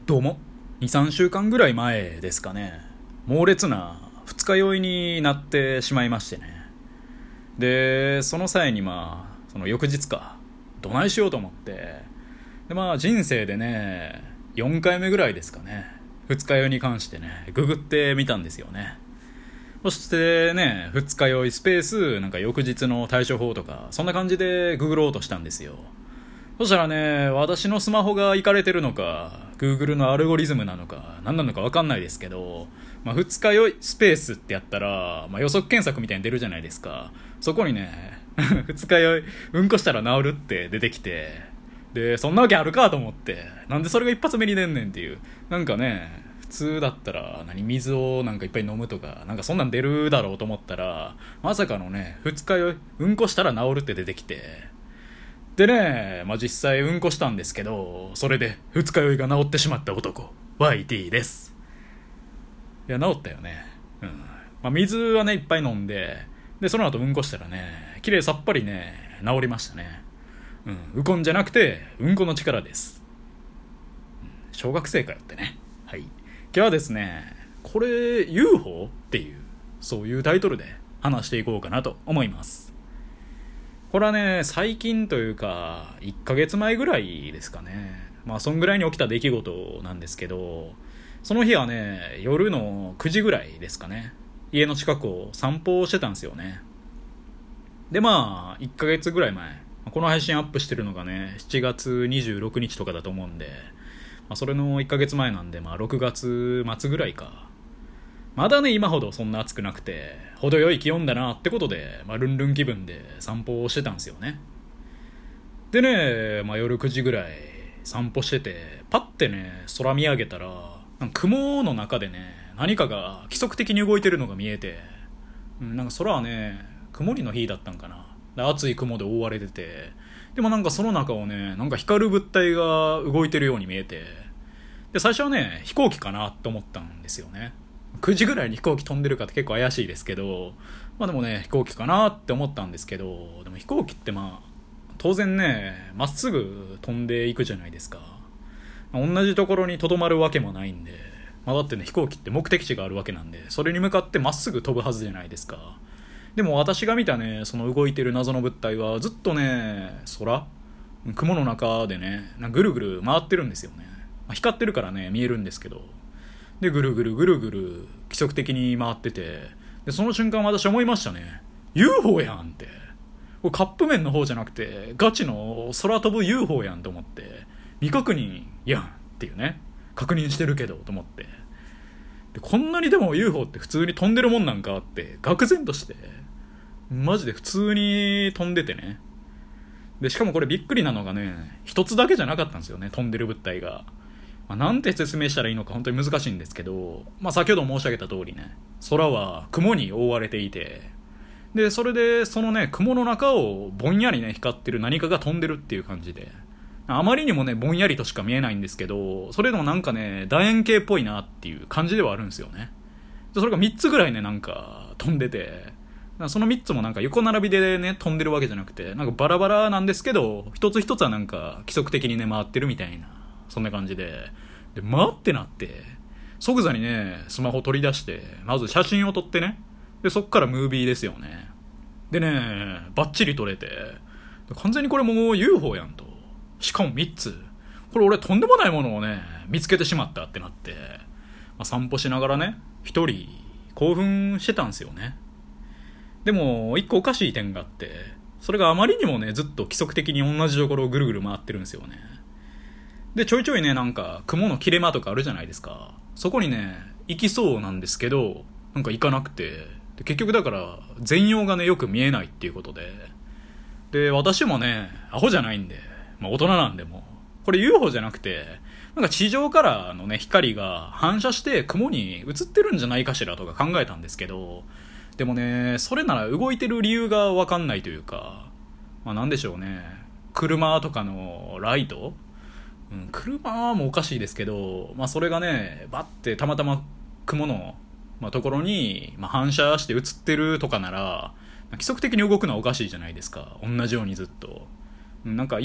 どうも。2、3週間ぐらい前ですかね。猛烈な二日酔いになってしまいましてね。で、その際にその翌日か、どないしようと思って。で、人生でね、4回目ぐらいですかね。二日酔いに関してね、ググってみたんですよね。そしてね、二日酔いスペース、なんか翌日の対処法とか、そんな感じでググろうとしたんですよ。そしたらね、私のスマホがイカれてるのか、Google のアルゴリズムなのか、何なのか分かんないですけど、二日酔いスペースってやったら、予測検索みたいに出るじゃないですか。そこにね、二日酔い、うんこしたら治るって出てきて、で、そんなわけあるかと思って、なんでそれが一発目に出んねんっていう。なんかね、普通だったら、水をなんかいっぱい飲むとか、なんかそんなん出るだろうと思ったら、まさかのね、二日酔い、うんこしたら治るって出てきて、でね、実際うんこしたんですけど、それで二日酔いが治ってしまった男、YT です。いや、治ったよね。うん。水はね、いっぱい飲んで、で、その後うんこしたらね、綺麗さっぱりね、治りましたね。うん。ウコンじゃなくて、うんこの力です。小学生かよってね。はい。今日はですね、これ UFO っていう、そういうタイトルで話していこうかなと思います。これはね、最近というか、1ヶ月前ぐらいですかね。そんぐらいに起きた出来事なんですけど、その日はね、夜の9時ぐらいですかね。家の近くを散歩してたんですよね。で1ヶ月ぐらい前。この配信アップしてるのがね、7月26日とかだと思うんで、それの1ヶ月前なんで、6月末ぐらいか。まだね、今ほどそんな暑くなくて、程よい気温だなってことで、ルンルン気分で散歩をしてたんですよね。でね、夜9時ぐらい散歩してて、パッてね、空見上げたら、なんか雲の中でね、何かが規則的に動いてるのが見えて、なんか空はね、曇りの日だったんかな。で暑い雲で覆われてて、でもなんかその中をね、なんか光る物体が動いてるように見えて、で、最初はね、飛行機かなって思ったんですよね。9時ぐらいに飛行機飛んでるかって結構怪しいですけど、でもね、飛行機かなって思ったんですけど、でも飛行機って当然ね、まっすぐ飛んでいくじゃないですか。同じところに留まるわけもないんで、だってね、飛行機って目的地があるわけなんで、それに向かってまっすぐ飛ぶはずじゃないですか。でも私が見たね、その動いてる謎の物体はずっとね、雲の中でね、ぐるぐる回ってるんですよね。光ってるからね、見えるんですけど、でぐるぐるぐるぐる規則的に回ってて、でその瞬間私思いましたね。 UFO やんって。これカップ麺の方じゃなくてガチの空飛ぶ UFO やんと思って、未確認やんっていうね、確認してるけどと思って、でこんなにでも UFO って普通に飛んでるもんなんかって愕然として、マジで普通に飛んでてね。でしかもこれびっくりなのがね、一つだけじゃなかったんですよね、飛んでる物体が。なんて説明したらいいのか本当に難しいんですけど、先ほど申し上げた通りね、空は雲に覆われていて、でそれでそのね、雲の中をぼんやりね光ってる何かが飛んでるっていう感じで、あまりにもねぼんやりとしか見えないんですけど、それでもなんかね楕円形っぽいなっていう感じではあるんですよね。でそれが3つぐらいねなんか飛んでて、その3つもなんか横並びでね飛んでるわけじゃなくて、なんかバラバラなんですけど、一つ一つはなんか規則的にね回ってるみたいな、そんな感じで、回ってなって、即座にねスマホ取り出してまず写真を撮ってね、でそっからムービーですよね。でねバッチリ撮れて、完全にこれもう UFO やんと。しかも3つ、これ俺とんでもないものをね見つけてしまったってなって、散歩しながらね一人興奮してたんですよね。でも一個おかしい点があって、それがあまりにもねずっと規則的に同じところをぐるぐる回ってるんですよね。でちょいちょいねなんか雲の切れ間とかあるじゃないですか。そこにね行きそうなんですけど、なんか行かなくて、で結局だから全容がねよく見えないっていうことで、で私もねアホじゃないんで、大人なんでもこれ UFO じゃなくて、なんか地上からのね光が反射して雲に映ってるんじゃないかしらとか考えたんですけど、でもねそれなら動いてる理由が分かんないというか、なんでしょうね、車とかのライト、車もおかしいですけど、それがねバッてたまたま雲の、ところに、反射して映ってるとかなら規則的に動くのはおかしいじゃないですか、同じようにずっと。なんか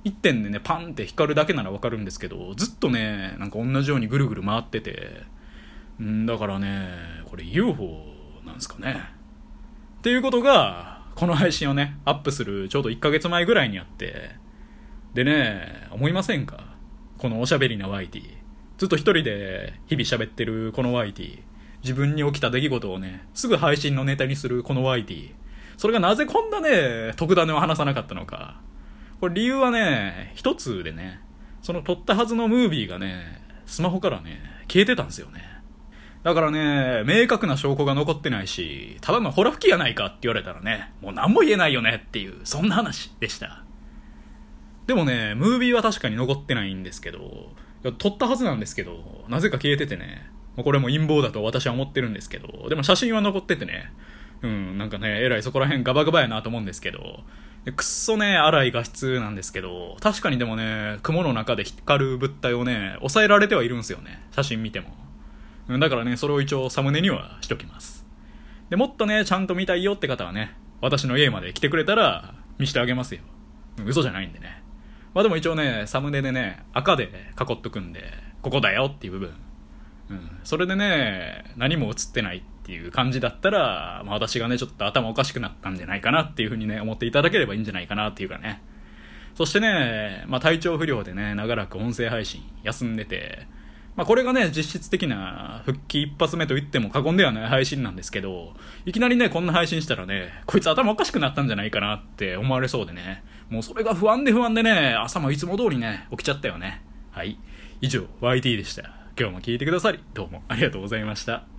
一点でねパンって光るだけならわかるんですけど、ずっとねなんか同じようにぐるぐる回ってて、だからねこれ UFO なんですかねっていうことがこの配信をねアップするちょうど1ヶ月前ぐらいにあって、でね思いませんか、このおしゃべりな YT、 ずっと一人で日々喋ってるこの YT、 自分に起きた出来事をねすぐ配信のネタにするこの YT、 それがなぜこんなね特ダネを話さなかったのか。これ理由はね一つでね、その撮ったはずのムービーがねスマホからね消えてたんですよね。だからね明確な証拠が残ってないし、ただのホラ吹きやないかって言われたらねもう何も言えないよねっていう、そんな話でした。でもねムービーは確かに残ってないんですけど、いや撮ったはずなんですけどなぜか消えててね、これも陰謀だと私は思ってるんですけど、でも写真は残っててね、なんかねえらいそこら辺ガバガバやなと思うんですけど、くっそね荒い画質なんですけど、確かにでもね雲の中で光る物体をね抑えられてはいるんですよね、写真見ても。だからねそれを一応サムネにはしときます。でもっとねちゃんと見たいよって方はね私の家まで来てくれたら見してあげますよ。嘘じゃないんでね。まあでも一応ねサムネでね赤で囲っとくんで、ここだよっていう部分、それでね何も映ってないっていう感じだったら、私がねちょっと頭おかしくなったんじゃないかなっていう風にね思っていただければいいんじゃないかなっていうかね。そしてね、体調不良でね長らく音声配信休んでて、これがね実質的な復帰一発目と言っても過言ではない配信なんですけど、いきなりねこんな配信したらねこいつ頭おかしくなったんじゃないかなって思われそうでね、もうそれが不安でね朝もいつも通りね起きちゃったよね。はい、以上 YT でした。今日も聞いてくださりどうもありがとうございました。